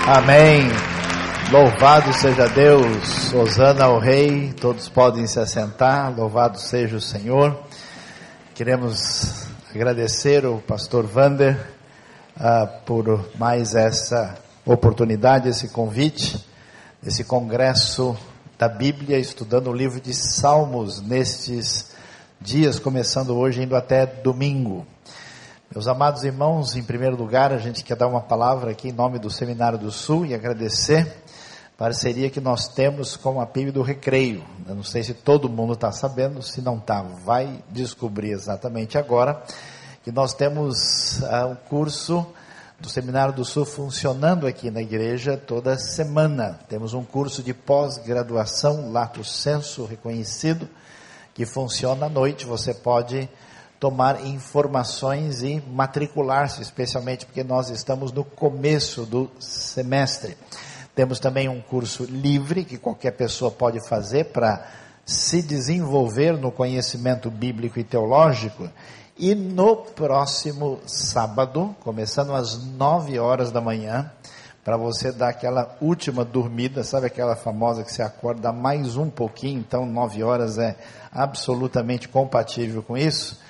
Amém. Louvado seja Deus. Hosana ao Rei. Todos podem se assentar. Louvado seja o Senhor. Queremos agradecer o pastor Wander por mais essa oportunidade, esse convite, esse congresso da Bíblia, estudando o livro de Salmos nestes dias, começando hoje, indo até domingo. Meus amados irmãos, em primeiro lugar, a gente quer dar uma palavra aqui em nome do Seminário do Sul e agradecer a parceria que nós temos com a PIB do Recreio. Eu não sei se todo mundo está sabendo, se não está, vai descobrir exatamente agora, que nós temos um curso do Seminário do Sul funcionando aqui na igreja toda semana. Temos um curso de pós-graduação, lato sensu reconhecido, que funciona à noite. Você pode tomar informações e matricular-se, especialmente porque nós estamos no começo do semestre. Temos também um curso livre que qualquer pessoa pode fazer para se desenvolver no conhecimento bíblico e teológico. E no próximo sábado, começando às 9 horas da manhã, para você dar aquela última dormida, sabe aquela famosa que você acorda mais um pouquinho, então 9 horas é absolutamente compatível com isso.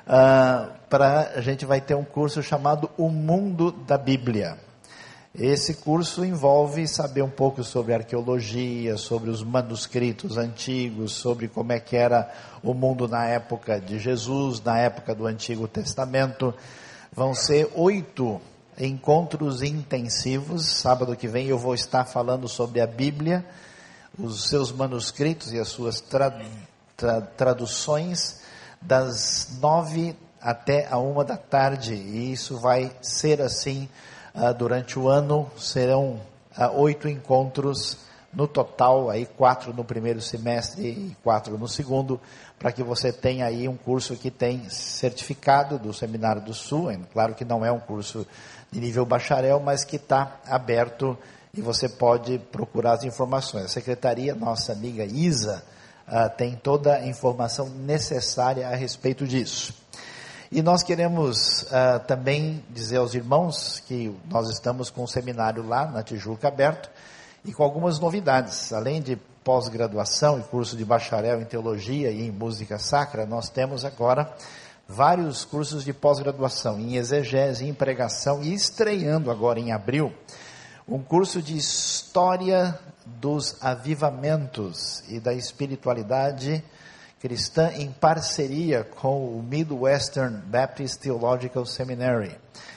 A gente vai ter um curso chamado O Mundo da Bíblia. Esse curso envolve saber um pouco sobre arqueologia, sobre os manuscritos antigos, sobre como é que era o mundo na época de Jesus, na época do Antigo Testamento. Vão ser 8 encontros intensivos. Sábado que vem eu vou estar falando sobre a Bíblia, os seus manuscritos e as suas traduções, das 9 até a 1 da tarde, e isso vai ser assim durante o ano. Serão 8 encontros no total, aí 4 no primeiro semestre e 4 no segundo, para que você tenha aí um curso que tem certificado do Seminário do Sul. Claro que não é um curso de nível bacharel, mas que está aberto e você pode procurar as informações. A secretaria, nossa amiga Isa, tem toda a informação necessária a respeito disso. E nós queremos também dizer aos irmãos que nós estamos com um seminário lá na Tijuca aberto e com algumas novidades. Além de pós-graduação e curso de bacharel em teologia e em música sacra, nós temos agora vários cursos de pós-graduação em exegese, em pregação, e estreando agora em abril um curso de história dos avivamentos e da espiritualidade cristã em parceria com o Midwestern Baptist Theological Seminary.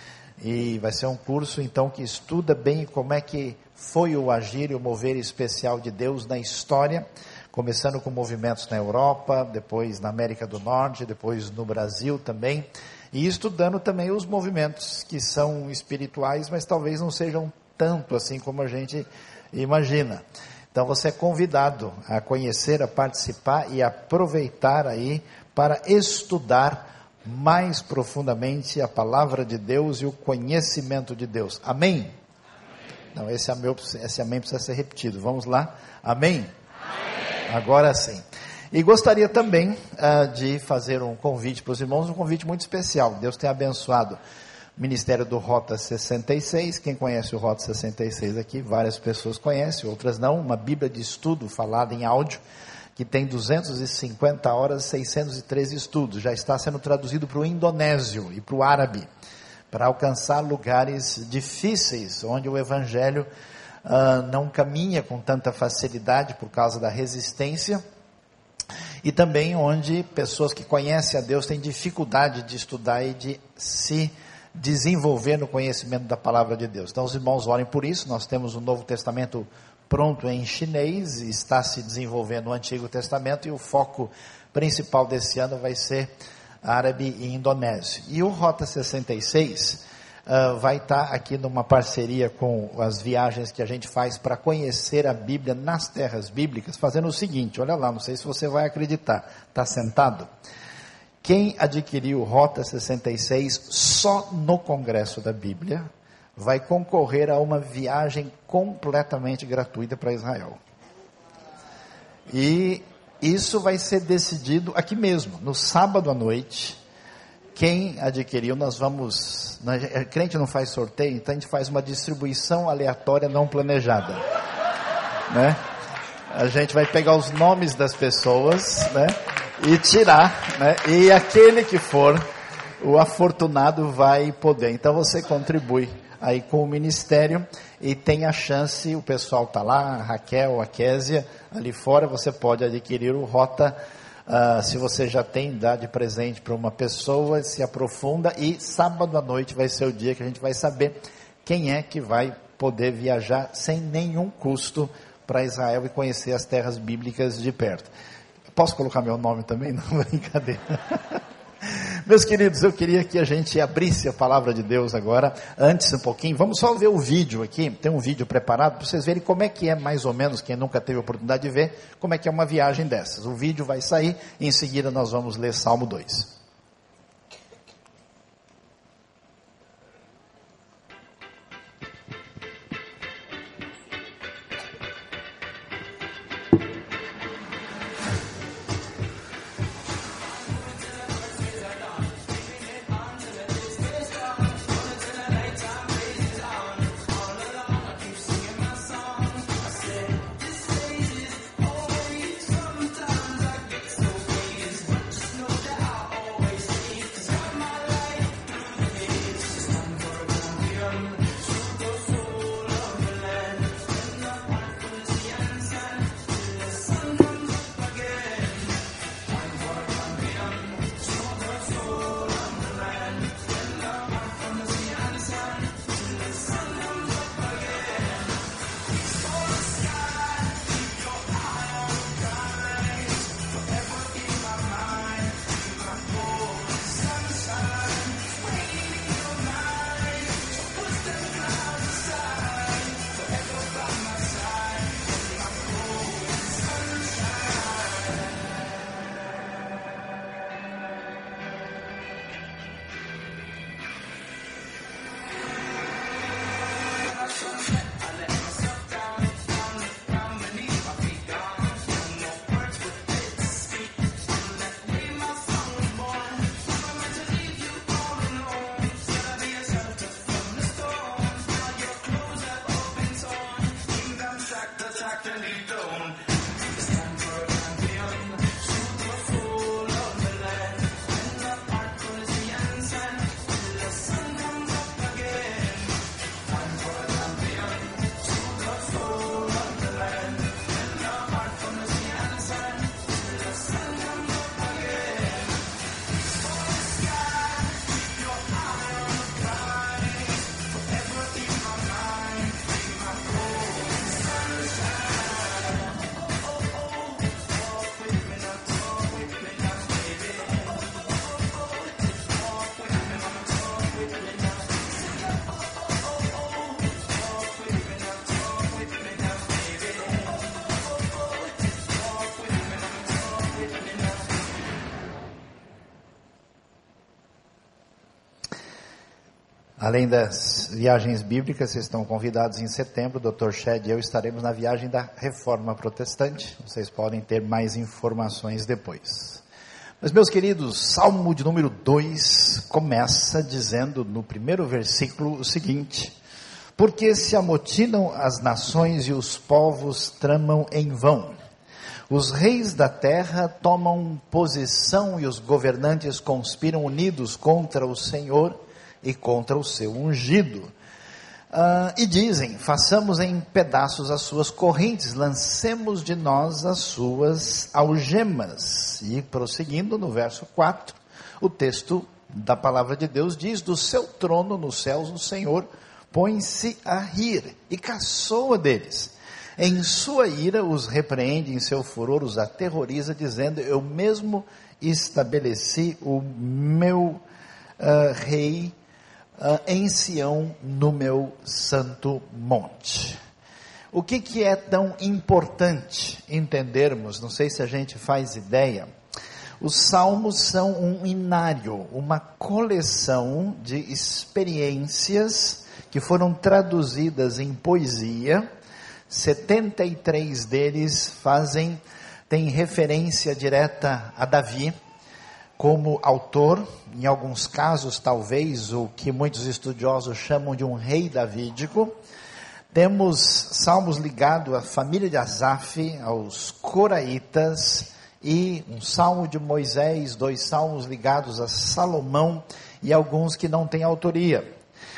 E vai ser um curso então que estuda bem como é que foi o agir e o mover especial de Deus na história, começando com movimentos na Europa, depois na América do Norte, depois no Brasil também, e estudando também os movimentos que são espirituais, mas talvez não sejam tanto assim como a gente imagina. Então você é convidado a conhecer, a participar e aproveitar aí para estudar mais profundamente a palavra de Deus e o conhecimento de Deus. Amém? Não, esse amém precisa ser repetido. Vamos lá? Amém? Amém. Agora sim. E gostaria também de fazer um convite para os irmãos, um convite muito especial. Deus tem abençoado Ministério do Rota 66, quem conhece o Rota 66 aqui, várias pessoas conhecem, outras não, uma Bíblia de estudo falada em áudio, que tem 250 horas, 613 estudos, já está sendo traduzido para o indonésio e para o árabe, para alcançar lugares difíceis, onde o Evangelho não caminha com tanta facilidade por causa da resistência, e também onde pessoas que conhecem a Deus têm dificuldade de estudar e de se desenvolver no conhecimento da palavra de Deus. Então os irmãos orem por isso. Nós temos o Novo Testamento pronto em chinês, e está se desenvolvendo o Antigo Testamento, e o foco principal desse ano vai ser árabe e indonésio. E o Rota 66 vai estar aqui numa parceria com as viagens que a gente faz para conhecer a Bíblia nas terras bíblicas, fazendo o seguinte, olha lá, não sei se você vai acreditar, está sentado? Quem adquiriu Rota 66 só no Congresso da Bíblia vai concorrer a uma viagem completamente gratuita para Israel. E isso vai ser decidido aqui mesmo, no sábado à noite. quem adquiriu, nós vamos, crente não faz sorteio, então a gente faz uma distribuição aleatória não planejada, né? A gente vai pegar os nomes das pessoas, né, e tirar, né, e aquele que for o afortunado vai poder. Então você contribui aí com o ministério e tem a chance, o pessoal está lá, a Raquel, a Késia, ali fora, você pode adquirir o Rota. Se você já tem, dá de presente para uma pessoa, se aprofunda, e sábado à noite vai ser o dia que a gente vai saber quem é que vai poder viajar sem nenhum custo para Israel e conhecer as terras bíblicas de perto. Posso colocar meu nome também? Não, brincadeira. Meus queridos, eu queria que a gente abrisse a palavra de Deus agora, antes um pouquinho, vamos só ver o vídeo aqui, tem um vídeo preparado para vocês verem como é que é mais ou menos, quem nunca teve a oportunidade de ver, como é que é uma viagem dessas. O vídeo vai sair e em seguida nós vamos ler Salmo 2. Além das viagens bíblicas, vocês estão convidados em setembro, o Dr. Shed e eu estaremos na viagem da Reforma Protestante. Vocês podem ter mais informações depois. Mas, meus queridos, Salmo de número 2 começa dizendo no primeiro versículo o seguinte: porque se amotinam as nações e os povos tramam em vão. Os reis da terra tomam posição e os governantes conspiram unidos contra o Senhor e contra o seu ungido. E dizem: façamos em pedaços as suas correntes, lancemos de nós as suas algemas. E prosseguindo no verso 4, o texto da palavra de Deus diz: do seu trono nos céus o Senhor põe-se a rir e caçoa deles. Em sua ira os repreende, em seu furor os aterroriza, dizendo: eu mesmo estabeleci o meu rei em Sião, no meu santo monte. O que é tão importante entendermos? Não sei se a gente faz ideia. Os salmos são um inário, uma coleção de experiências que foram traduzidas em poesia. 73 deles têm referência direta a Davi. como autor, em alguns casos talvez o que muitos estudiosos chamam de um rei davídico. Temos salmos ligados à família de Asaf, aos coraitas, e um salmo de Moisés, 2 salmos ligados a Salomão e alguns que não têm autoria.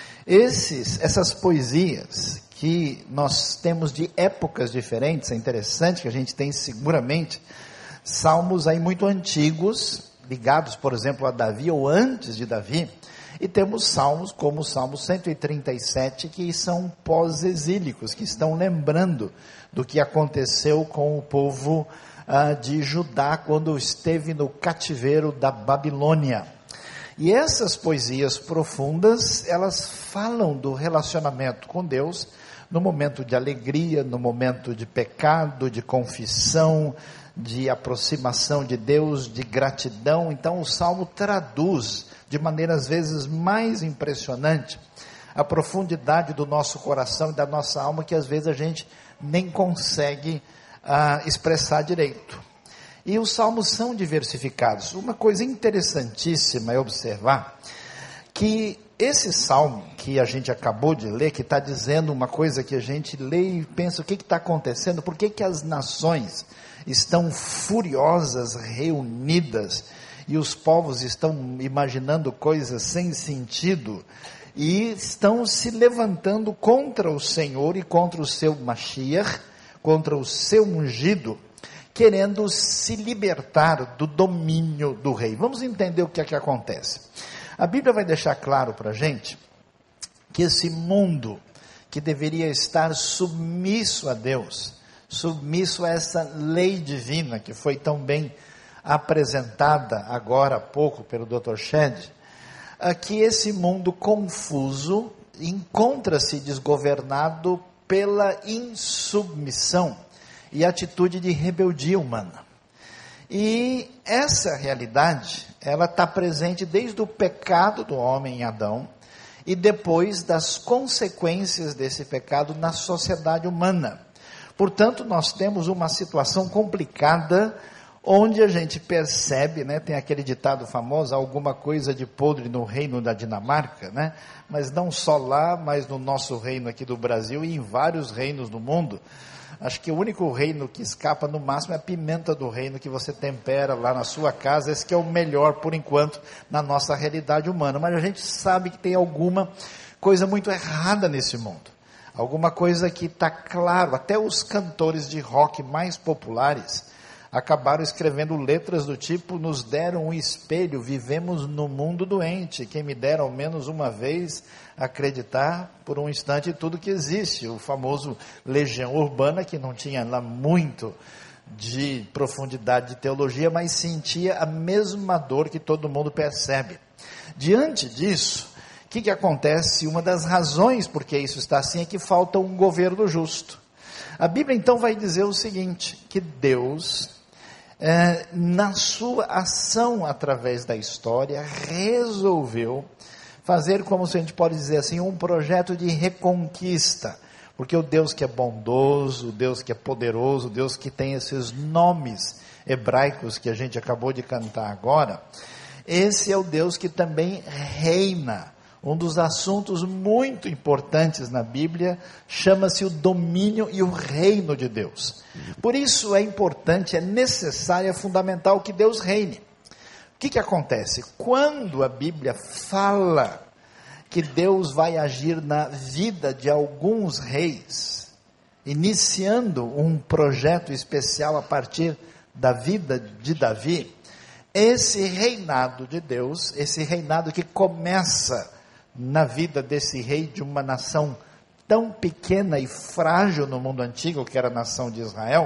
Essas poesias que nós temos de épocas diferentes, é interessante que a gente tem seguramente salmos aí muito antigos, ligados, por exemplo, a Davi ou antes de Davi, e temos salmos como o Salmo 137, que são pós-exílicos, que estão lembrando do que aconteceu com o povo de Judá, quando esteve no cativeiro da Babilônia. E essas poesias profundas, elas falam do relacionamento com Deus, no momento de alegria, no momento de pecado, de confissão, de aproximação de Deus, de gratidão. Então o Salmo traduz de maneira às vezes mais impressionante a profundidade do nosso coração e da nossa alma, que às vezes a gente nem consegue expressar direito. E os salmos são diversificados. Uma coisa interessantíssima é observar que esse salmo que a gente acabou de ler, que está dizendo uma coisa que a gente lê e pensa, o que está acontecendo? Por que as nações estão furiosas, reunidas, e os povos estão imaginando coisas sem sentido, e estão se levantando contra o Senhor e contra o seu Mashiach, contra o seu ungido, querendo se libertar do domínio do rei. Vamos entender o que é que acontece. A Bíblia vai deixar claro para a gente que esse mundo que deveria estar submisso a Deus, submisso a essa lei divina que foi tão bem apresentada agora há pouco pelo Dr. Shedd, que esse mundo confuso encontra-se desgovernado pela insubmissão e atitude de rebeldia humana. E essa realidade, ela está presente desde o pecado do homem em Adão e depois das consequências desse pecado na sociedade humana. Portanto, nós temos uma situação complicada, onde a gente percebe, tem aquele ditado famoso, alguma coisa de podre no reino da Dinamarca, mas não só lá, mas no nosso reino aqui do Brasil e em vários reinos do mundo. Acho que o único reino que escapa no máximo é a pimenta do reino que você tempera lá na sua casa, esse que é o melhor por enquanto na nossa realidade humana, mas a gente sabe que tem alguma coisa muito errada nesse mundo, alguma coisa que está claro, até os cantores de rock mais populares acabaram escrevendo letras do tipo, nos deram um espelho, vivemos no mundo doente, quem me dera ao menos uma vez acreditar por um instante tudo que existe, o famoso Legião Urbana, que não tinha lá muito de profundidade de teologia, mas sentia a mesma dor que todo mundo percebe. Diante disso, o que acontece? Uma das razões por que isso está assim é que falta um governo justo. A Bíblia então vai dizer o seguinte, que Deus, na sua ação através da história, resolveu fazer, como se a gente pode dizer assim, um projeto de reconquista, porque o Deus que é bondoso, o Deus que é poderoso, o Deus que tem esses nomes hebraicos que a gente acabou de cantar agora, esse é o Deus que também reina. Um dos assuntos muito importantes na Bíblia chama-se o domínio e o reino de Deus. Por isso é importante, é necessário, é fundamental que Deus reine. O que acontece? Quando a Bíblia fala que Deus vai agir na vida de alguns reis, iniciando um projeto especial a partir da vida de Davi, esse reinado de Deus, esse reinado que começa na vida desse rei de uma nação tão pequena e frágil no mundo antigo, que era a nação de Israel,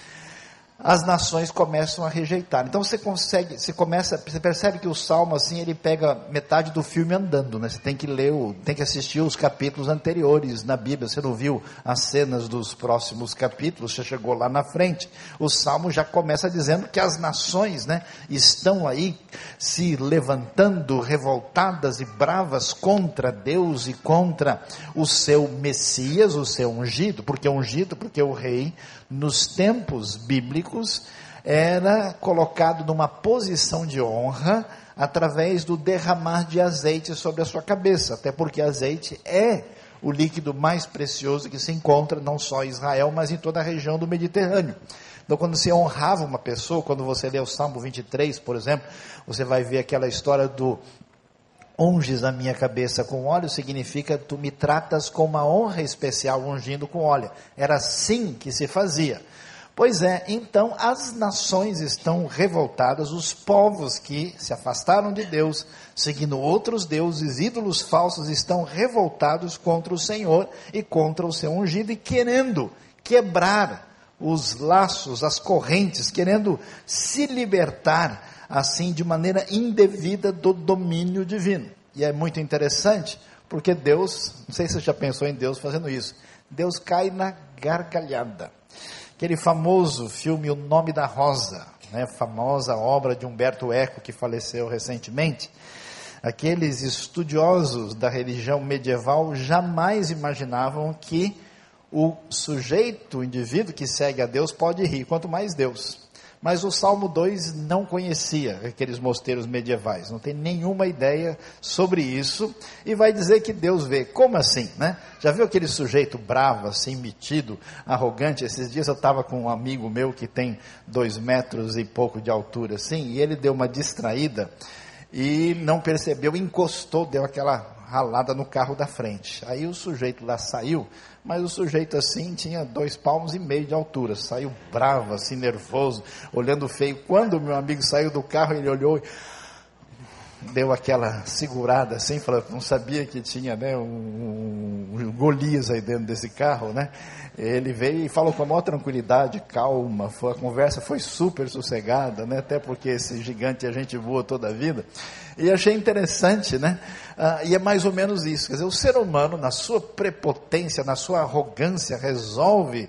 as nações começam a rejeitar. Então você percebe que o Salmo assim, ele pega metade do filme andando, Você tem que ler, tem que assistir os capítulos anteriores na Bíblia. Você não viu as cenas dos próximos capítulos, você chegou lá na frente. O Salmo já começa dizendo que as nações, estão aí se levantando, revoltadas e bravas contra Deus e contra o seu Messias, o seu ungido, porque o rei, nos tempos bíblicos, era colocado numa posição de honra através do derramar de azeite sobre a sua cabeça, até porque azeite é o líquido mais precioso que se encontra não só em Israel, mas em toda a região do Mediterrâneo. Então, quando você honrava uma pessoa, quando você lê o Salmo 23, por exemplo, você vai ver aquela história do unges a minha cabeça com óleo, significa tu me tratas com uma honra especial ungindo com óleo. Era assim que se fazia. Pois é, então as nações estão revoltadas, os povos que se afastaram de Deus, seguindo outros deuses, ídolos falsos, estão revoltados contra o Senhor e contra o seu ungido e querendo quebrar os laços, as correntes, querendo se libertar assim de maneira indevida do domínio divino. E é muito interessante, porque Deus, não sei se você já pensou em Deus fazendo isso, Deus cai na gargalhada. Aquele famoso filme O Nome da Rosa, né, famosa obra de Humberto Eco, que faleceu recentemente, aqueles estudiosos da religião medieval jamais imaginavam que o sujeito, o indivíduo que segue a Deus pode rir, quanto mais Deus. Mas o Salmo 2 não conhecia aqueles mosteiros medievais, não tem nenhuma ideia sobre isso, e vai dizer que Deus vê. Como assim, né? Já viu aquele sujeito bravo, assim, metido, arrogante? Esses dias eu estava com um amigo meu que tem 2 metros e pouco de altura, assim, e ele deu uma distraída, e não percebeu, encostou, deu aquela ralada no carro da frente. Aí o sujeito lá saiu, mas o sujeito assim tinha 2,5 palmos de altura, saiu bravo, assim, nervoso, olhando feio. Quando o meu amigo saiu do carro, ele olhou e deu aquela segurada assim, falou, não sabia que tinha, né, um Golias aí dentro desse carro, né? Ele veio e falou com a maior tranquilidade, calma, a conversa foi super sossegada, né? Até porque esse gigante a gente voa toda a vida. E achei interessante, né? E é mais ou menos isso, quer dizer, o ser humano, na sua prepotência, na sua arrogância, resolve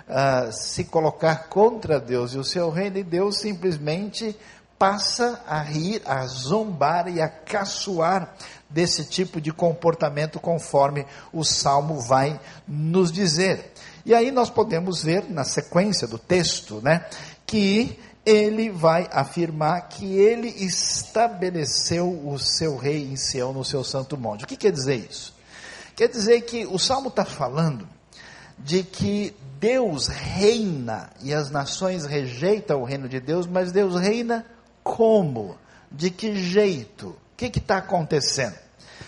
se colocar contra Deus e o seu reino, e Deus simplesmente passa a rir, a zombar e a caçoar desse tipo de comportamento, conforme o Salmo vai nos dizer. E aí nós podemos ver na sequência do texto, né, que ele vai afirmar que ele estabeleceu o seu rei em Sião, no seu santo monte. O que quer dizer isso? Quer dizer que o Salmo está falando de que Deus reina e as nações rejeitam o reino de Deus, mas Deus reina como? De que jeito? O que está acontecendo?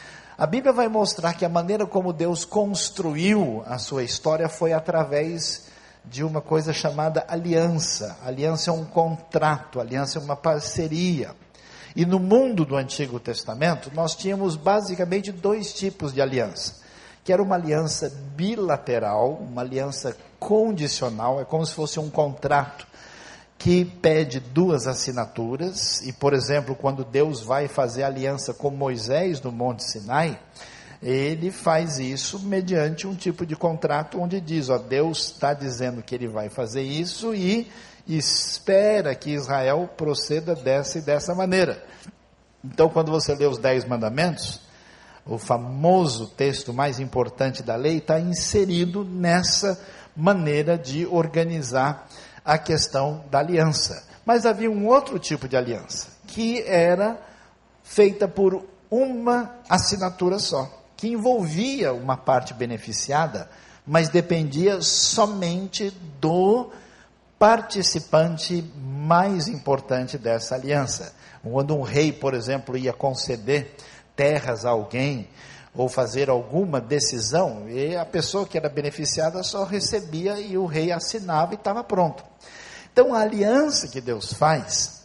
A Bíblia vai mostrar que a maneira como Deus construiu a sua história foi através de uma coisa chamada aliança. Aliança é um contrato, aliança é uma parceria. E no mundo do Antigo Testamento, nós tínhamos basicamente 2 tipos de aliança, que era uma aliança bilateral, uma aliança condicional, é como se fosse um contrato que pede 2 assinaturas, e por exemplo, quando Deus vai fazer aliança com Moisés no Monte Sinai, ele faz isso mediante um tipo de contrato onde diz, ó, Deus está dizendo que ele vai fazer isso e espera que Israel proceda dessa e dessa maneira. Então, quando você lê os 10 mandamentos, o famoso texto mais importante da lei está inserido nessa maneira de organizar a questão da aliança. Mas havia um outro tipo de aliança, que era feita por uma assinatura só, que envolvia uma parte beneficiada, mas dependia somente do participante mais importante dessa aliança. Quando um rei, por exemplo, ia conceder terras a alguém, ou fazer alguma decisão, e a pessoa que era beneficiada só recebia e o rei assinava e estava pronto. Então a aliança que Deus faz,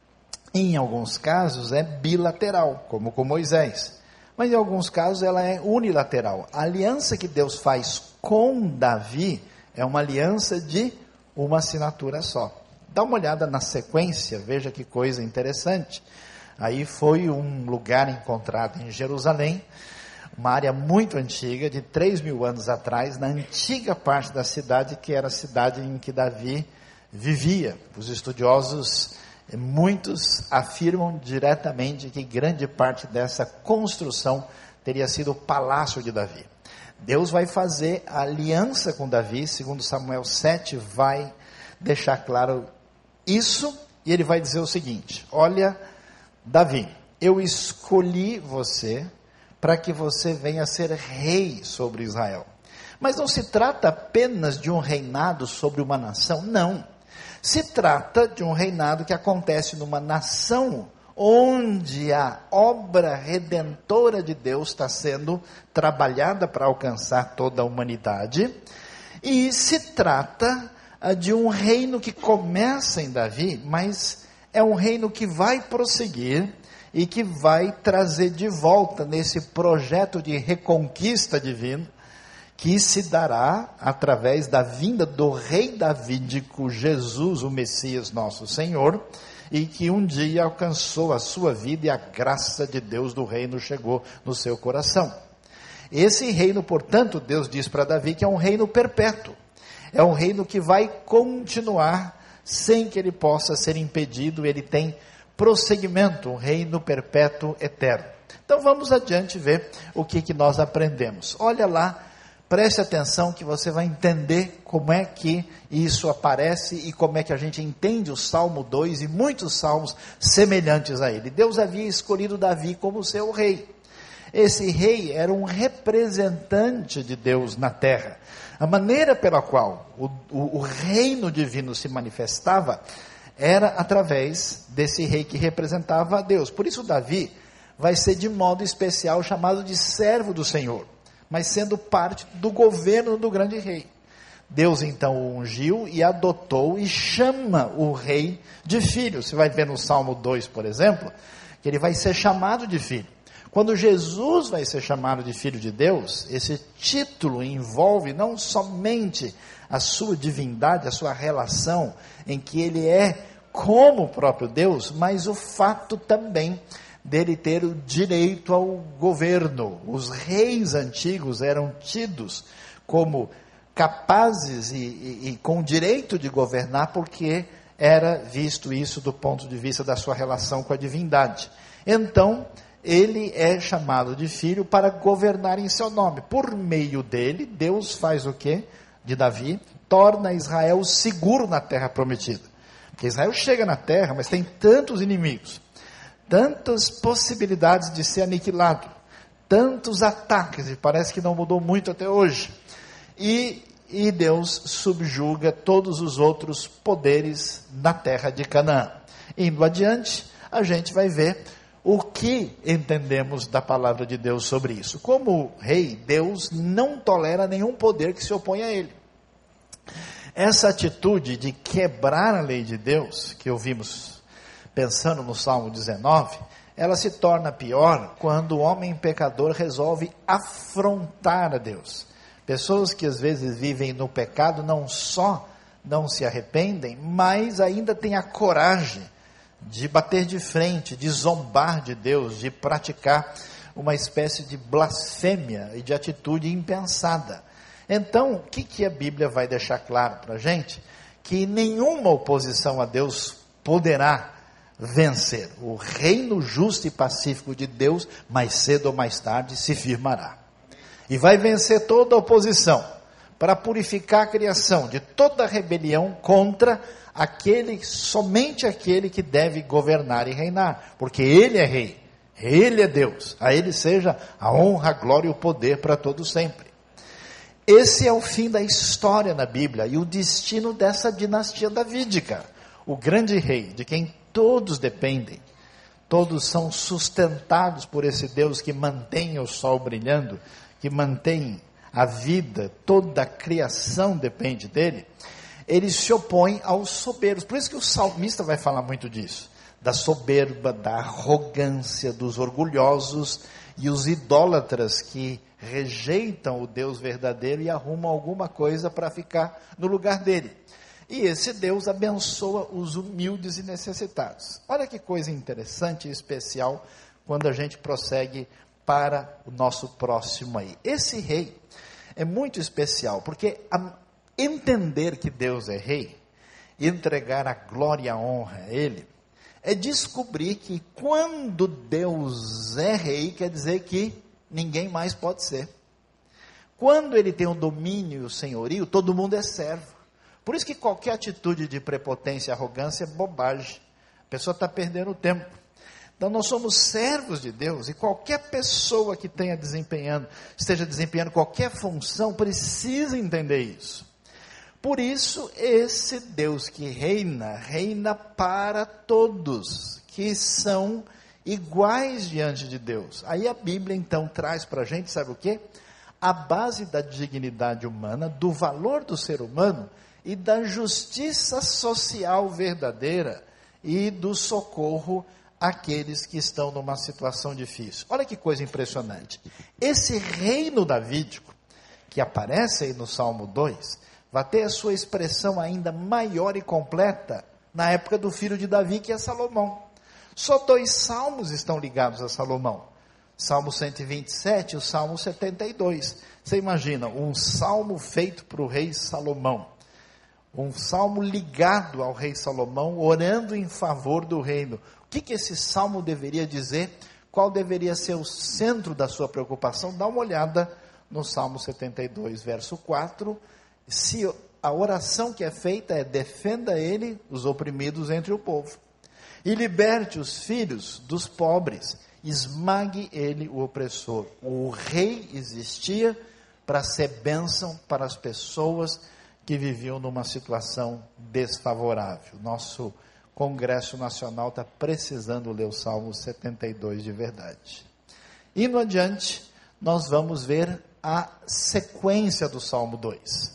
em alguns casos é bilateral, como com Moisés, mas em alguns casos ela é unilateral. A aliança que Deus faz com Davi é uma aliança de uma assinatura só. Dá uma olhada na sequência, veja que coisa interessante. Aí foi um lugar encontrado em Jerusalém, uma área muito antiga, de 3.000 anos atrás, na antiga parte da cidade, que era a cidade em que Davi vivia. Os estudiosos, muitos afirmam diretamente que grande parte dessa construção teria sido o palácio de Davi. Deus vai fazer a aliança com Davi, segundo Samuel 7, vai deixar claro isso, e ele vai dizer o seguinte: olha, Davi, eu escolhi você para que você venha a ser rei sobre Israel. Mas não se trata apenas de um reinado sobre uma nação, não. Se trata de um reinado que acontece numa nação onde a obra redentora de Deus está sendo trabalhada para alcançar toda a humanidade. E se trata de um reino que começa em Davi, mas é um reino que vai prosseguir e que vai trazer de volta nesse projeto de reconquista divina, que se dará através da vinda do rei davídico Jesus, o Messias nosso Senhor, e que um dia alcançou a sua vida e a graça de Deus do reino chegou no seu coração. Esse reino, portanto, Deus diz para Davi que é um reino perpétuo, é um reino que vai continuar sem que ele possa ser impedido, ele tem prosseguimento, um reino perpétuo eterno. Então vamos adiante ver o que nós aprendemos. Olha lá, preste atenção que você vai entender como é que isso aparece e como é que a gente entende o Salmo 2 e muitos salmos semelhantes a ele. Deus havia escolhido Davi como seu rei. Esse rei era um representante de Deus na terra. A maneira pela qual o reino divino se manifestava era através desse rei que representava a Deus. Por isso Davi vai ser de modo especial chamado de servo do Senhor, mas sendo parte do governo do grande rei. Deus então o ungiu e adotou e chama o rei de filho. Você vai ver no Salmo 2, por exemplo, que ele vai ser chamado de filho. Quando Jesus vai ser chamado de filho de Deus, esse título envolve não somente a sua divindade, a sua relação em que ele é como o próprio Deus, mas o fato também dele ter o direito ao governo. Os reis antigos eram tidos como capazes e com o direito de governar, porque era visto isso do ponto de vista da sua relação com a divindade. Então, ele é chamado de filho para governar em seu nome. Por meio dele, Deus faz o quê? De Davi, torna Israel seguro na terra prometida. Porque Israel chega na terra, mas tem tantos inimigos, tantas possibilidades de ser aniquilado, tantos ataques, e parece que não mudou muito até hoje. E Deus subjuga todos os outros poderes na terra de Canaã. Indo adiante, a gente vai ver o que entendemos da palavra de Deus sobre isso. Como rei, Deus não tolera nenhum poder que se opõe a ele. Essa atitude de quebrar a lei de Deus, que ouvimos pensando no Salmo 19, ela se torna pior quando o homem pecador resolve afrontar a Deus. Pessoas que às vezes vivem no pecado não só não se arrependem, mas ainda têm a coragem de bater de frente, de zombar de Deus, de praticar uma espécie de blasfêmia e de atitude impensada. Então, o que a Bíblia vai deixar claro para a gente? Que nenhuma oposição a Deus poderá vencer. O reino justo e pacífico de Deus, mais cedo ou mais tarde, se firmará. E vai vencer toda oposição, para purificar a criação de toda rebelião contra somente aquele que deve governar e reinar, porque ele é rei, ele é Deus, a ele seja a honra, a glória e o poder para todos sempre. Esse é o fim da história na Bíblia e o destino dessa dinastia davídica, o grande rei, de quem todos dependem, todos são sustentados por esse Deus que mantém o sol brilhando, que mantém a vida, toda a criação depende dele. Ele se opõe aos soberbos. Por isso que o salmista vai falar muito disso, da soberba, da arrogância, dos orgulhosos e os idólatras que rejeitam o Deus verdadeiro e arrumam alguma coisa para ficar no lugar dele. E esse Deus abençoa os humildes e necessitados. Olha que coisa interessante e especial quando a gente prossegue para o nosso próximo aí. Esse rei é muito especial, porque entender que Deus é rei, entregar a glória e a honra a ele, é descobrir que quando Deus é rei, quer dizer que ninguém mais pode ser. Quando ele tem o domínio e o senhorio, todo mundo é servo. Por isso que qualquer atitude de prepotência e arrogância é bobagem. A pessoa está perdendo o tempo. Então nós somos servos de Deus, e qualquer pessoa que esteja desempenhando qualquer função, precisa entender isso. Por isso, esse Deus que reina para todos, que são iguais diante de Deus. Aí a Bíblia então traz para a gente, sabe o quê? A base da dignidade humana, do valor do ser humano e da justiça social verdadeira e do socorro àqueles que estão numa situação difícil. Olha que coisa impressionante. Esse reino davídico, que aparece aí no Salmo 2, vai ter a sua expressão ainda maior e completa na época do filho de Davi, que é Salomão. Só 2 salmos estão ligados a Salomão. Salmo 127 e o Salmo 72. Você imagina, um salmo feito para o rei Salomão. Um salmo ligado ao rei Salomão, orando em favor do reino. O que esse salmo deveria dizer? Qual deveria ser o centro da sua preocupação? Dá uma olhada no Salmo 72, verso 4. Se a oração que é feita é: defenda ele, os oprimidos entre o povo, e liberte os filhos dos pobres, esmague ele o opressor. O rei existia para ser bênção para as pessoas que viviam numa situação desfavorável. Nosso Congresso Nacional está precisando ler o Salmo 72 de verdade. Indo adiante, nós vamos ver a sequência do Salmo 2.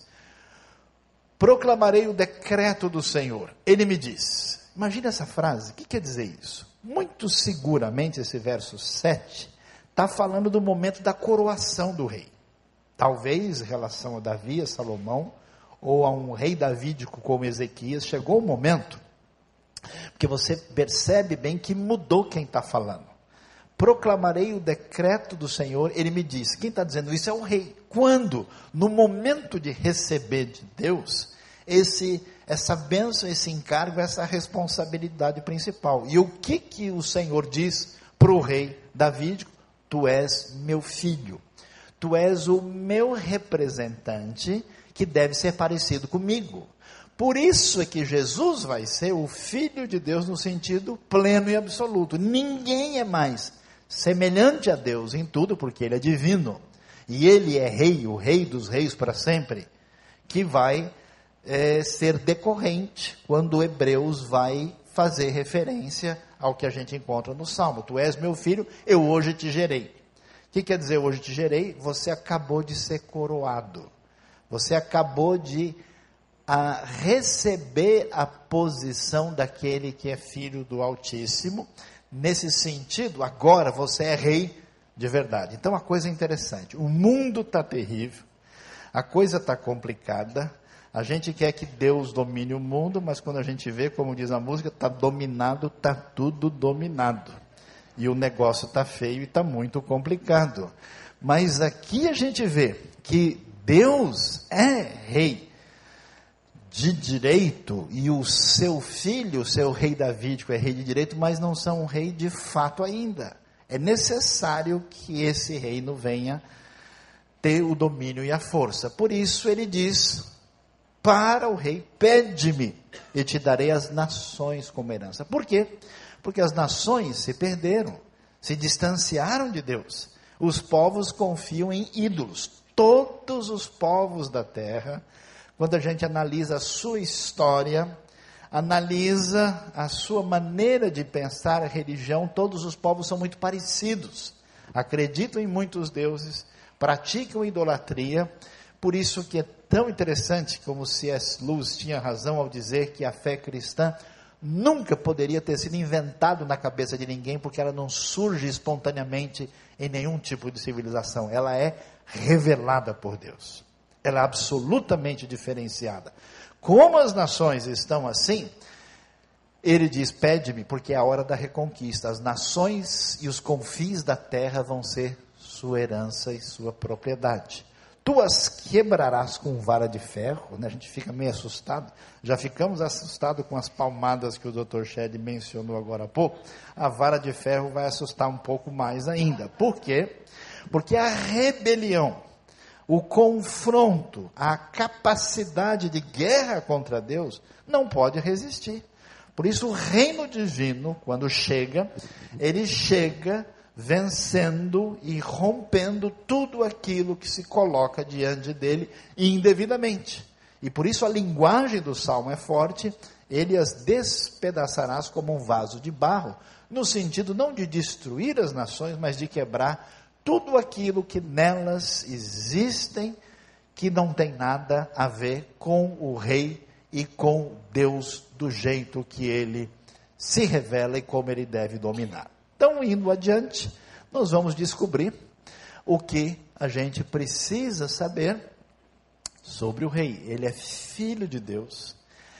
Proclamarei o decreto do Senhor. Ele me diz. Imagina essa frase, o que quer dizer isso? Muito seguramente esse verso 7 está falando do momento da coroação do rei. Talvez em relação a Davi, a Salomão, ou a um rei davídico como Ezequias, chegou o momento, porque você percebe bem que mudou quem está falando. Proclamarei o decreto do Senhor, ele me diz. Quem está dizendo isso é o rei. Quando? No momento de receber de Deus essa bênção, esse encargo, essa responsabilidade principal. E o que o Senhor diz para o rei davídico? Tu és meu filho, tu és o meu representante, que deve ser parecido comigo. Por isso é que Jesus vai ser o Filho de Deus no sentido pleno e absoluto. Ninguém é mais semelhante a Deus em tudo, porque Ele é divino. E Ele é rei, o rei dos reis para sempre, que vai ser decorrente quando Hebreus vai fazer referência ao que a gente encontra no Salmo. Tu és meu filho, eu hoje te gerei. O que quer dizer hoje te gerei? Você acabou de ser coroado. Você acabou de receber a posição daquele que é filho do Altíssimo. Nesse sentido, agora você é rei de verdade. Então a coisa é interessante. O mundo está terrível, a coisa está complicada. A gente quer que Deus domine o mundo, mas quando a gente vê, como diz a música, está dominado, está tudo dominado. E o negócio está feio e está muito complicado. Mas aqui a gente vê que Deus é rei de direito, e o seu filho, o seu rei davídico, é rei de direito, mas não são um rei de fato ainda. É necessário que esse reino venha ter o domínio e a força. Por isso ele diz para o rei: pede-me e te darei as nações como herança. Por quê? Porque as nações se perderam, se distanciaram de Deus. Os povos confiam em ídolos. Todos os povos da terra, quando a gente analisa a sua história, analisa a sua maneira de pensar a religião, todos os povos são muito parecidos. Acreditam em muitos deuses, praticam idolatria. Por isso que é tão interessante, como C.S. Lewis tinha razão ao dizer que a fé cristã nunca poderia ter sido inventada na cabeça de ninguém, porque ela não surge espontaneamente em nenhum tipo de civilização. Ela é revelada por Deus. Ela é absolutamente diferenciada. Como as nações estão assim, ele diz: pede-me, porque é a hora da reconquista. As nações e os confins da terra vão ser sua herança e sua propriedade. Tu as quebrarás com vara de ferro, né? A gente fica meio assustado, já ficamos assustados com as palmadas que o Dr. Shedd mencionou agora há pouco. A vara de ferro vai assustar um pouco mais ainda. Por quê? Porque a rebelião, o confronto, a capacidade de guerra contra Deus, não pode resistir. Por isso o reino divino, quando chega, ele chega vencendo e rompendo tudo aquilo que se coloca diante dele indevidamente. E por isso a linguagem do Salmo é forte: ele as despedaçarás como um vaso de barro, no sentido não de destruir as nações, mas de quebrar tudo aquilo que nelas existem, que não tem nada a ver com o rei e com Deus do jeito que ele se revela e como ele deve dominar. Então, indo adiante, nós vamos descobrir o que a gente precisa saber sobre o rei. Ele é filho de Deus.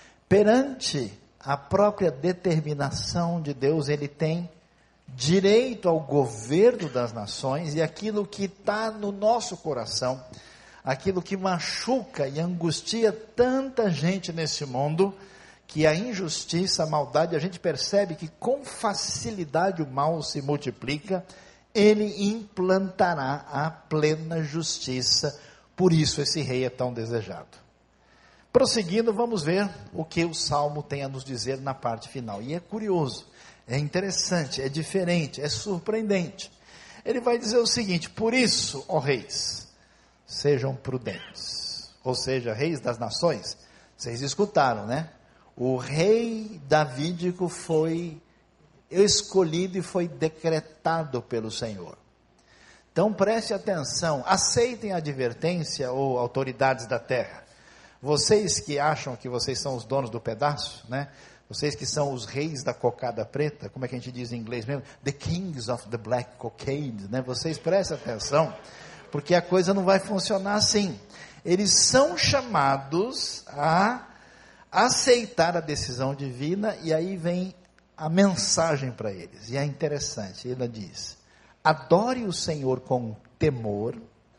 Perante a própria determinação de Deus, ele tem direito ao governo das nações, e aquilo que está no nosso coração, aquilo que machuca e angustia tanta gente nesse mundo, que a injustiça, a maldade, a gente percebe que com facilidade o mal se multiplica, ele implantará a plena justiça. Por isso esse rei é tão desejado. Prosseguindo, vamos ver o que o Salmo tem a nos dizer na parte final. E é curioso, é interessante, é diferente, é surpreendente. Ele vai dizer o seguinte: por isso, ó reis, sejam prudentes. Ou seja, reis das nações, vocês escutaram, né? O rei davídico foi escolhido e foi decretado pelo Senhor. Então preste atenção, aceitem a advertência, ou autoridades da terra. Vocês que acham que vocês são os donos do pedaço, né? Vocês que são os reis da cocada preta, como é que a gente diz em inglês mesmo? The kings of the black cocaine, né? Vocês prestem atenção, porque a coisa não vai funcionar assim. Eles são chamados a aceitar a decisão divina, e aí vem a mensagem para eles, e é interessante, ele diz: adore o Senhor com temor,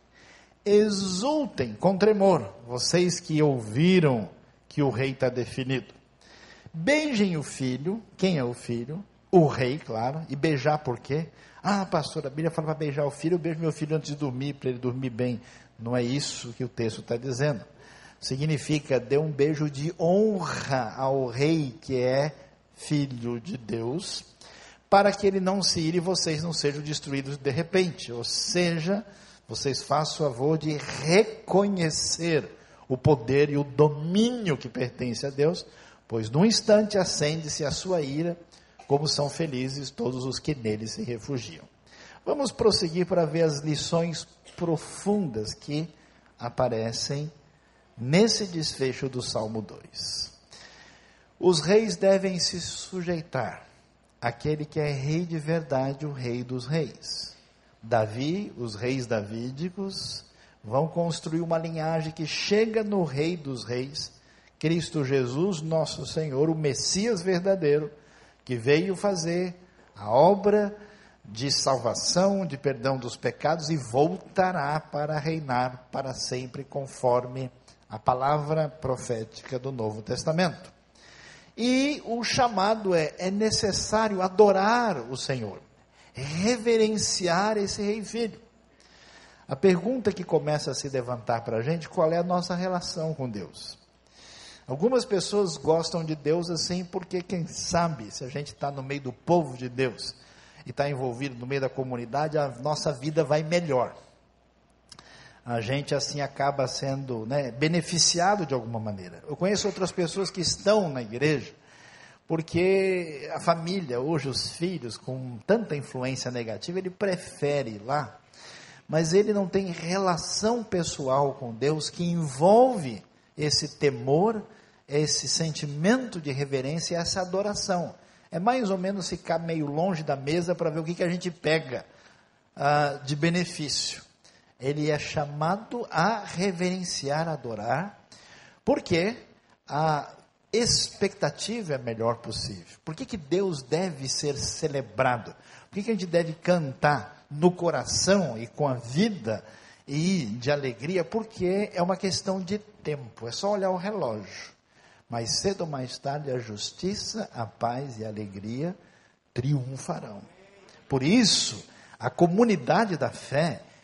exultem com tremor, vocês que ouviram que o rei está definido. Beijem o filho. Quem é o filho? O rei, claro. E beijar por quê? Ah, pastor, a Bíblia fala para beijar o filho. Eu beijo meu filho antes de dormir, para ele dormir bem. Não é isso que o texto está dizendo. Significa, dê um beijo de honra ao rei, que é filho de Deus, para que ele não se ire e vocês não sejam destruídos de repente. Ou seja, vocês façam favor de reconhecer o poder e o domínio que pertence a Deus, pois num instante acende-se a sua ira, como são felizes todos os que nele se refugiam. Vamos prosseguir para ver as lições profundas que aparecem nesse desfecho do Salmo 2. Os reis devem se sujeitar àquele que é rei de verdade, o rei dos reis. Davi, os reis davídicos, vão construir uma linhagem que chega no rei dos reis, Cristo Jesus, nosso Senhor, o Messias verdadeiro, que veio fazer a obra de salvação, de perdão dos pecados, e voltará para reinar para sempre, conforme a palavra profética do Novo Testamento. E o chamado é necessário adorar o Senhor, reverenciar esse rei filho. A pergunta que começa a se levantar para a gente: qual é a nossa relação com Deus? Algumas pessoas gostam de Deus assim porque, quem sabe, se a gente está no meio do povo de Deus e está envolvido no meio da comunidade, a nossa vida vai melhor. A gente assim acaba sendo, beneficiado de alguma maneira. Eu conheço outras pessoas que estão na igreja porque a família, hoje os filhos, com tanta influência negativa, ele prefere ir lá, mas ele não tem relação pessoal com Deus que envolve esse temor, esse sentimento de reverência, essa adoração. É mais ou menos ficar meio longe da mesa para ver o que a gente pega de benefício. Ele é chamado a reverenciar, adorar, porque a expectativa é a melhor possível. Por que Deus deve ser celebrado? Por que a gente deve cantar no coração e com a vida e de alegria? Porque é uma questão de tempo, é só olhar o relógio. Mais cedo ou mais tarde a justiça, a paz e a alegria triunfarão. Por isso, a comunidade da fé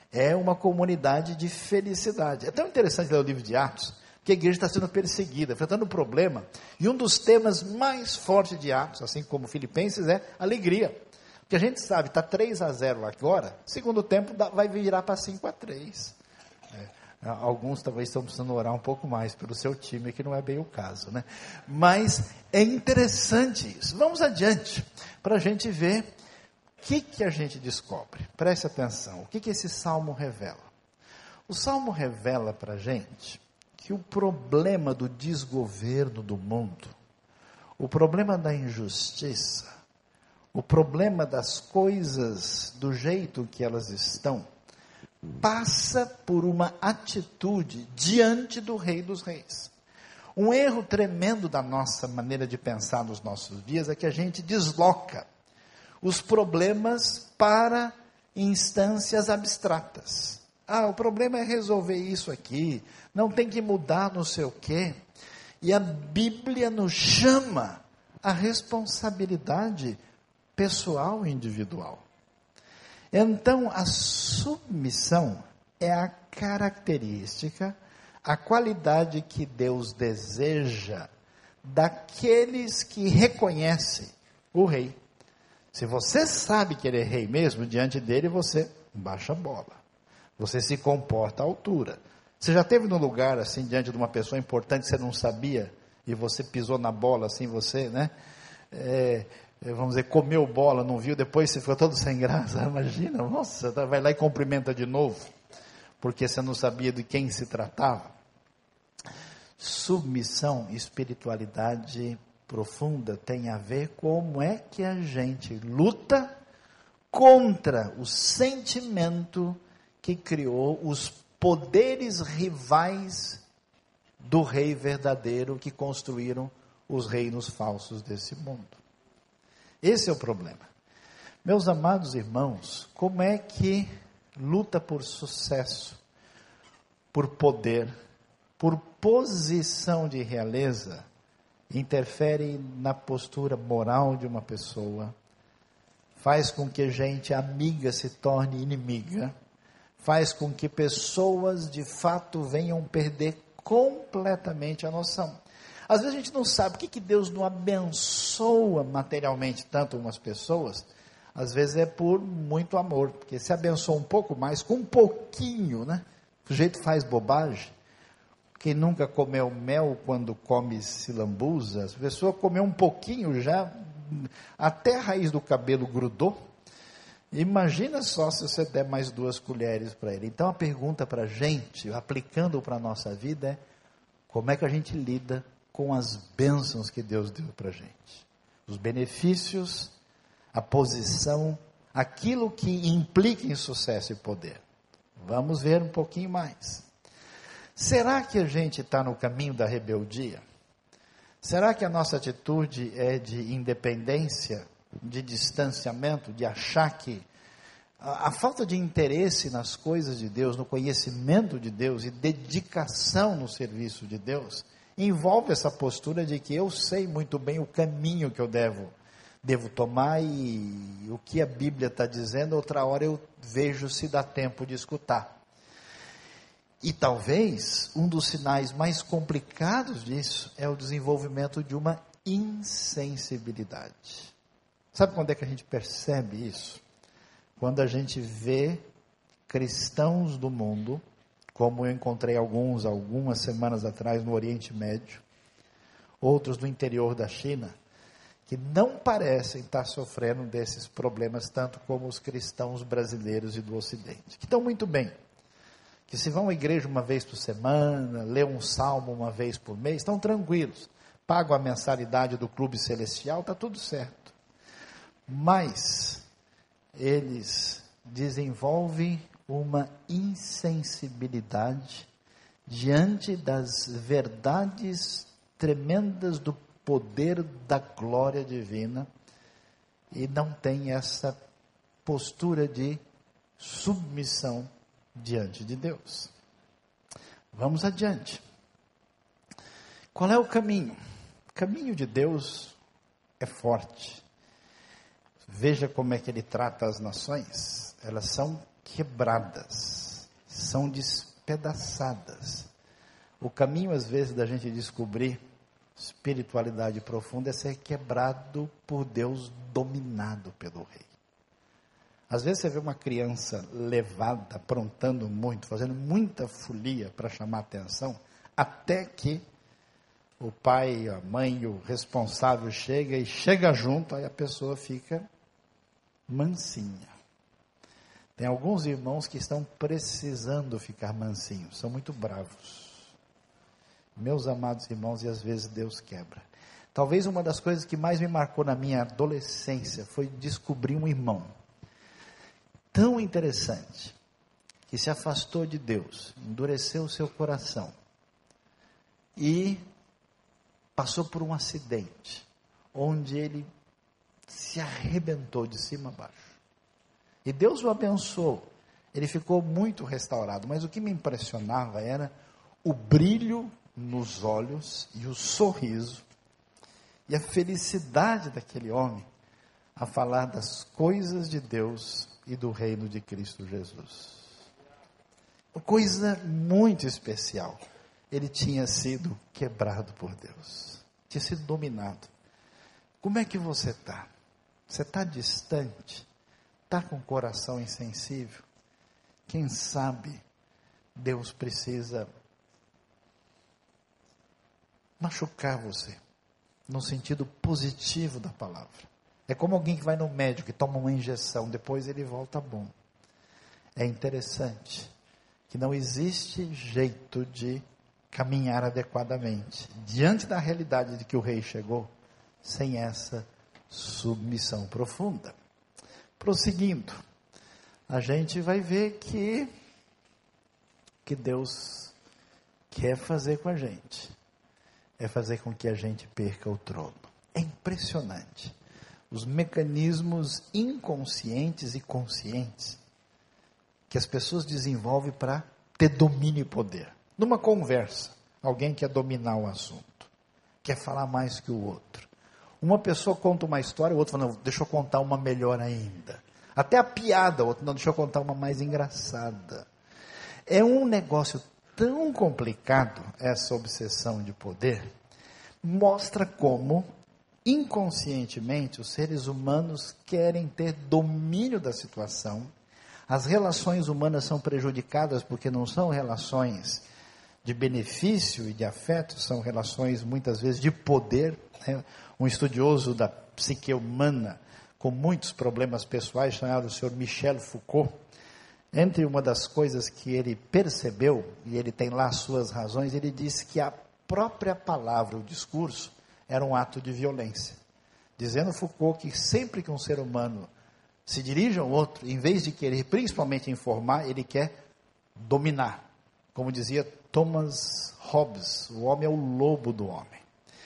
É uma comunidade de felicidade. É tão interessante ler o livro de Atos, que a igreja está sendo perseguida, enfrentando um problema, e um dos temas mais fortes de Atos, assim como Filipenses, é alegria. Porque a gente sabe, está 3-0 agora, segundo tempo vai virar para 5-3. Alguns talvez estão precisando orar um pouco mais pelo seu time, que não é bem o caso, né? Mas é interessante isso. Vamos adiante, para a gente ver o que a gente descobre. Preste atenção, o que esse salmo revela? O salmo revela para a gente que o problema do desgoverno do mundo, o problema da injustiça, o problema das coisas do jeito que elas estão, passa por uma atitude diante do Rei dos Reis. Um erro tremendo da nossa maneira de pensar nos nossos dias é que a gente desloca os problemas para instâncias abstratas. O problema é resolver isso aqui, não tem que mudar não sei o quê. E a Bíblia nos chama a responsabilidade pessoal e individual. Então, a submissão é a característica, a qualidade que Deus deseja daqueles que reconhecem o rei. Se você sabe que ele é rei mesmo, diante dele você baixa a bola. Você se comporta à altura. Você já esteve num lugar assim, diante de uma pessoa importante que você não sabia, e você pisou na bola assim, você, né? Vamos dizer, comeu bola, não viu, depois você ficou todo sem graça. Imagina, nossa, vai lá e cumprimenta de novo, porque você não sabia de quem se tratava. Submissão, espiritualidade profunda tem a ver como é que a gente luta contra o sentimento que criou os poderes rivais do rei verdadeiro que construíram os reinos falsos desse mundo. Esse é o problema. Meus amados irmãos, como é que luta por sucesso, por poder, por posição de realeza, interfere na postura moral de uma pessoa, faz com que gente amiga se torne inimiga, faz com que pessoas de fato venham perder completamente a noção. Às vezes a gente não sabe por que Deus não abençoa materialmente tanto umas pessoas. Às vezes é por muito amor, porque se abençoa um pouco mais, com um pouquinho, né? O sujeito faz bobagem. Quem nunca comeu mel quando come silambuza, a pessoa comeu um pouquinho já, até a raiz do cabelo grudou. Imagina só se você der mais 2 colheres para ele. Então a pergunta para a gente, aplicando para a nossa vida, é: como é que a gente lida com as bênçãos que Deus deu para a gente? Os benefícios, a posição, aquilo que implica em sucesso e poder. Vamos ver um pouquinho mais. Será que a gente está no caminho da rebeldia? Será que a nossa atitude é de independência, de distanciamento, de achar que a falta de interesse nas coisas de Deus, no conhecimento de Deus e dedicação no serviço de Deus, envolve essa postura de que eu sei muito bem o caminho que eu devo tomar, e o que a Bíblia está dizendo, outra hora eu vejo se dá tempo de escutar. E talvez um dos sinais mais complicados disso é o desenvolvimento de uma insensibilidade. Sabe quando é que a gente percebe isso? Quando a gente vê cristãos do mundo, como eu encontrei algumas semanas atrás no Oriente Médio, outros no interior da China, que não parecem estar sofrendo desses problemas tanto como os cristãos brasileiros e do Ocidente, que estão muito bem, que se vão à igreja uma vez por semana, lê um salmo uma vez por mês, estão tranquilos, pagam a mensalidade do clube celestial, está tudo certo. Mas eles desenvolvem uma insensibilidade diante das verdades tremendas do poder da glória divina, e não tem essa postura de submissão diante de Deus. Vamos adiante. Qual é o caminho? O caminho de Deus é forte. Veja como é que ele trata as nações. Elas são quebradas. são despedaçadas. O caminho, às vezes, da gente descobrir espiritualidade profunda é ser quebrado por Deus, dominado pelo rei. Às vezes você vê uma criança levada, aprontando muito, fazendo muita folia para chamar atenção, até que o pai, a mãe, o responsável chega junto, aí a pessoa fica mansinha. Tem alguns irmãos que estão precisando ficar mansinhos, são muito bravos. Meus amados irmãos, e às vezes Deus quebra. Talvez uma das coisas que mais me marcou na minha adolescência foi descobrir um irmão tão interessante, que se afastou de Deus, endureceu o seu coração e passou por um acidente, onde ele se arrebentou de cima a baixo. E Deus o abençoou. Ele ficou muito restaurado. Mas o que me impressionava era o brilho nos olhos e o sorriso e a felicidade daquele homem a falar das coisas de Deus e do reino de Cristo Jesus. Uma coisa muito especial. Ele tinha sido quebrado por Deus. Tinha sido dominado. Como é que você está? Você está distante? Está com o coração insensível? Quem sabe Deus precisa machucar você, no sentido positivo da palavra. É como alguém que vai no médico e toma uma injeção, depois ele volta bom. É interessante que não existe jeito de caminhar adequadamente diante da realidade de que o rei chegou, sem essa submissão profunda. Prosseguindo, a gente vai ver que Deus quer fazer com a gente é fazer com que a gente perca o trono. É impressionante os mecanismos inconscientes e conscientes que as pessoas desenvolvem para ter domínio e poder. Numa conversa, alguém quer dominar o assunto, quer falar mais que o outro. Uma pessoa conta uma história, o outro fala, não, deixa eu contar uma melhor ainda. Até a piada, o outro, não, deixa eu contar uma mais engraçada. É um negócio tão complicado, essa obsessão de poder, mostra como, inconscientemente, os seres humanos querem ter domínio da situação. As relações humanas são prejudicadas porque não são relações de benefício e de afeto, são relações muitas vezes de poder. Né? Um estudioso da psique humana, com muitos problemas pessoais, chamado o senhor Michel Foucault, entre uma das coisas que ele percebeu, e ele tem lá as suas razões, ele disse que a própria palavra, o discurso, era um ato de violência. Dizendo Foucault que sempre que um ser humano se dirige ao outro, em vez de querer principalmente informar, ele quer dominar. Como dizia Thomas Hobbes, o homem é o lobo do homem.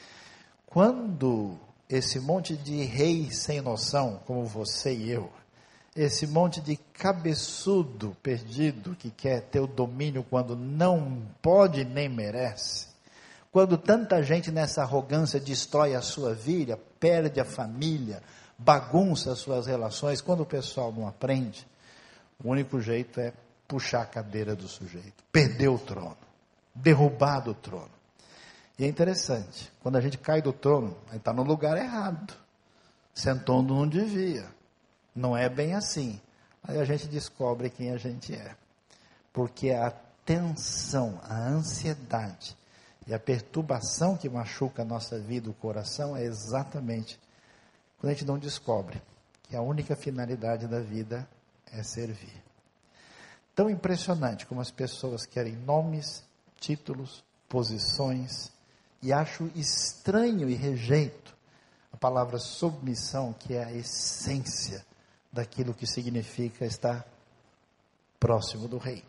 Quando esse monte de reis sem noção, como você e eu, esse monte de cabeçudo perdido que quer ter o domínio quando não pode nem merece, quando tanta gente nessa arrogância destrói a sua vida, perde a família, bagunça as suas relações, quando o pessoal não aprende, o único jeito é puxar a cadeira do sujeito, perder o trono, derrubar do trono. E é interessante, quando a gente cai do trono, a gente está no lugar errado, sentou onde não devia. Não é bem assim. Aí a gente descobre quem a gente é. Porque a tensão, a ansiedade e a perturbação que machuca a nossa vida, o coração, é exatamente quando a gente não descobre que a única finalidade da vida é servir. Tão impressionante como as pessoas querem nomes, títulos, posições, e acho estranho e rejeito a palavra submissão, que é a essência daquilo que significa estar próximo do rei.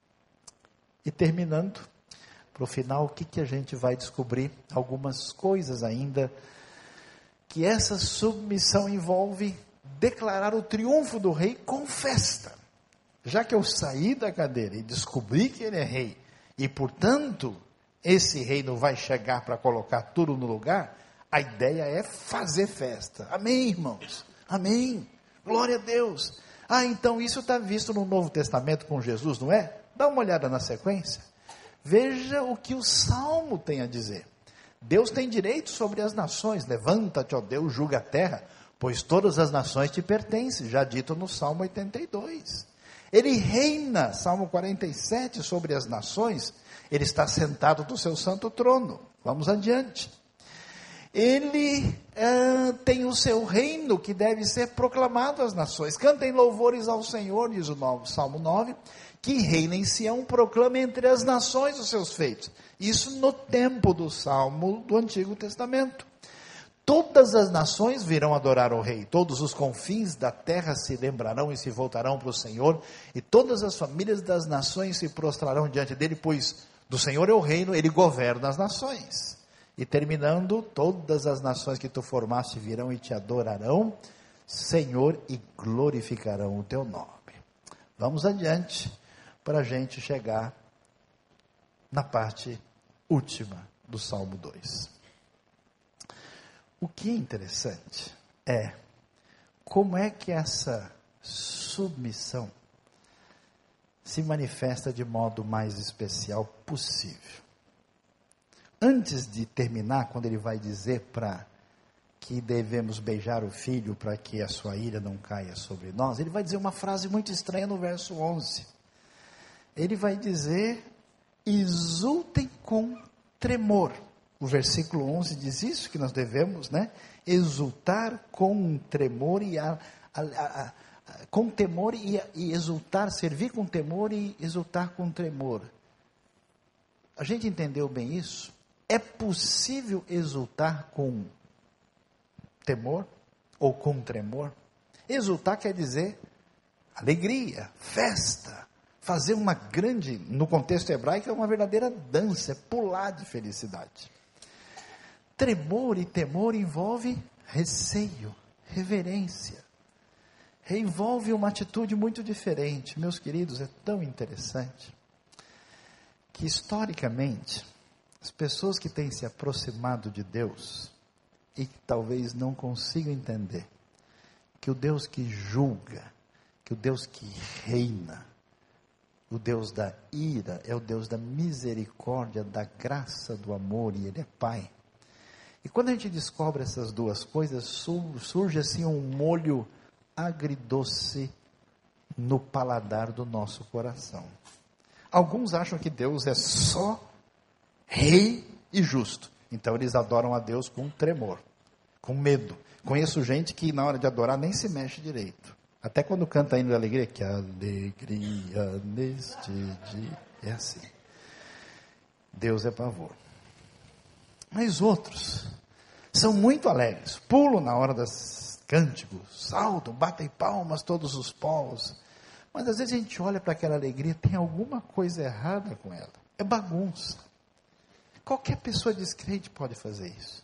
E terminando, para o final, o que a gente vai descobrir? Algumas coisas ainda, que essa submissão envolve declarar o triunfo do rei com festa. Já que eu saí da cadeira e descobri que ele é rei, e portanto, esse reino vai chegar para colocar tudo no lugar, a ideia é fazer festa. Amém, irmãos? Amém. Glória a Deus. Ah, então isso está visto no Novo Testamento com Jesus, não é? Dá uma olhada na sequência. Veja o que o Salmo tem a dizer. Deus tem direito sobre as nações. Levanta-te, ó Deus, julga a terra, pois todas as nações te pertencem, já dito no Salmo 82. Ele reina, Salmo 47, sobre as nações. Ele está sentado no seu santo trono. Vamos adiante. Ele tem o seu reino que deve ser proclamado às nações. Cantem louvores ao Senhor, diz o Salmo 9, que reina em Sião, proclama entre as nações os seus feitos. Isso no tempo do Salmo do Antigo Testamento. Todas as nações virão adorar o Rei, todos os confins da terra se lembrarão e se voltarão para o Senhor, e todas as famílias das nações se prostrarão diante dele, pois do Senhor é o reino, ele governa as nações. E terminando, todas as nações que tu formaste virão e te adorarão, Senhor, e glorificarão o teu nome. Vamos adiante, para a gente chegar na parte última do Salmo 2. O que é interessante é como é que essa submissão se manifesta de modo mais especial possível. Antes de terminar, quando ele vai dizer para que devemos beijar o filho para que a sua ira não caia sobre nós, ele vai dizer uma frase muito estranha no verso 11. Ele vai dizer, exultem com tremor. O versículo 11 diz isso, que nós devemos, exultar com tremor com temor e exultar, servir com temor e exultar com tremor. A gente entendeu bem isso? É possível exultar com temor ou com tremor? Exultar quer dizer alegria, festa, fazer uma grande, no contexto hebraico, é uma verdadeira dança, é pular de felicidade. Tremor e temor envolve receio, reverência, envolve uma atitude muito diferente. Meus queridos, é tão interessante que historicamente as pessoas que têm se aproximado de Deus e que talvez não consigam entender que o Deus que julga, que o Deus que reina, o Deus da ira é o Deus da misericórdia, da graça, do amor, e Ele é Pai. E quando a gente descobre essas duas coisas, surge assim um molho agridoce no paladar do nosso coração. Alguns acham que Deus é só rei e justo. Então eles adoram a Deus com tremor, com medo. Conheço gente que na hora de adorar nem se mexe direito. Até quando canta hino de alegria, que alegria neste dia. É assim. Deus é pavor. Mas outros são muito alegres, pulam na hora das cânticos, saltam, batem palmas todos os povos. Mas às vezes a gente olha para aquela alegria, tem alguma coisa errada com ela. É bagunça. Qualquer pessoa descrente pode fazer isso.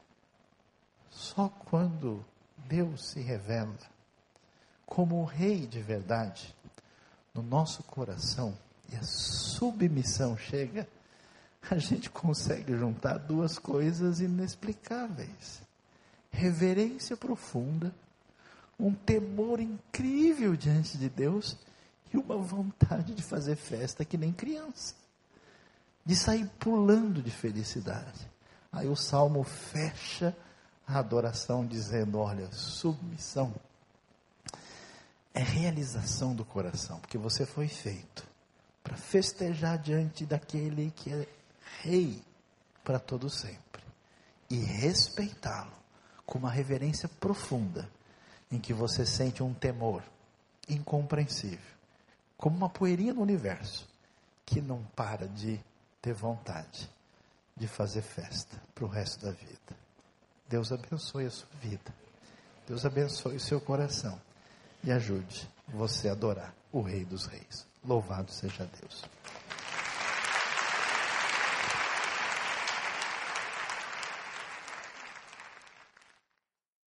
Só quando Deus se revela como o Rei de verdade no nosso coração e a submissão chega, a gente consegue juntar duas coisas inexplicáveis: reverência profunda, um temor incrível diante de Deus e uma vontade de fazer festa que nem criança, de sair pulando de felicidade. Aí o Salmo fecha a adoração dizendo, olha, submissão é realização do coração, porque você foi feito para festejar diante daquele que é Rei para todo sempre e respeitá-lo com uma reverência profunda, em que você sente um temor incompreensível, como uma poeirinha no universo, que não para de ter vontade de fazer festa para o resto da vida. Deus abençoe a sua vida, Deus abençoe o seu coração e ajude você a adorar o Rei dos Reis. Louvado seja Deus.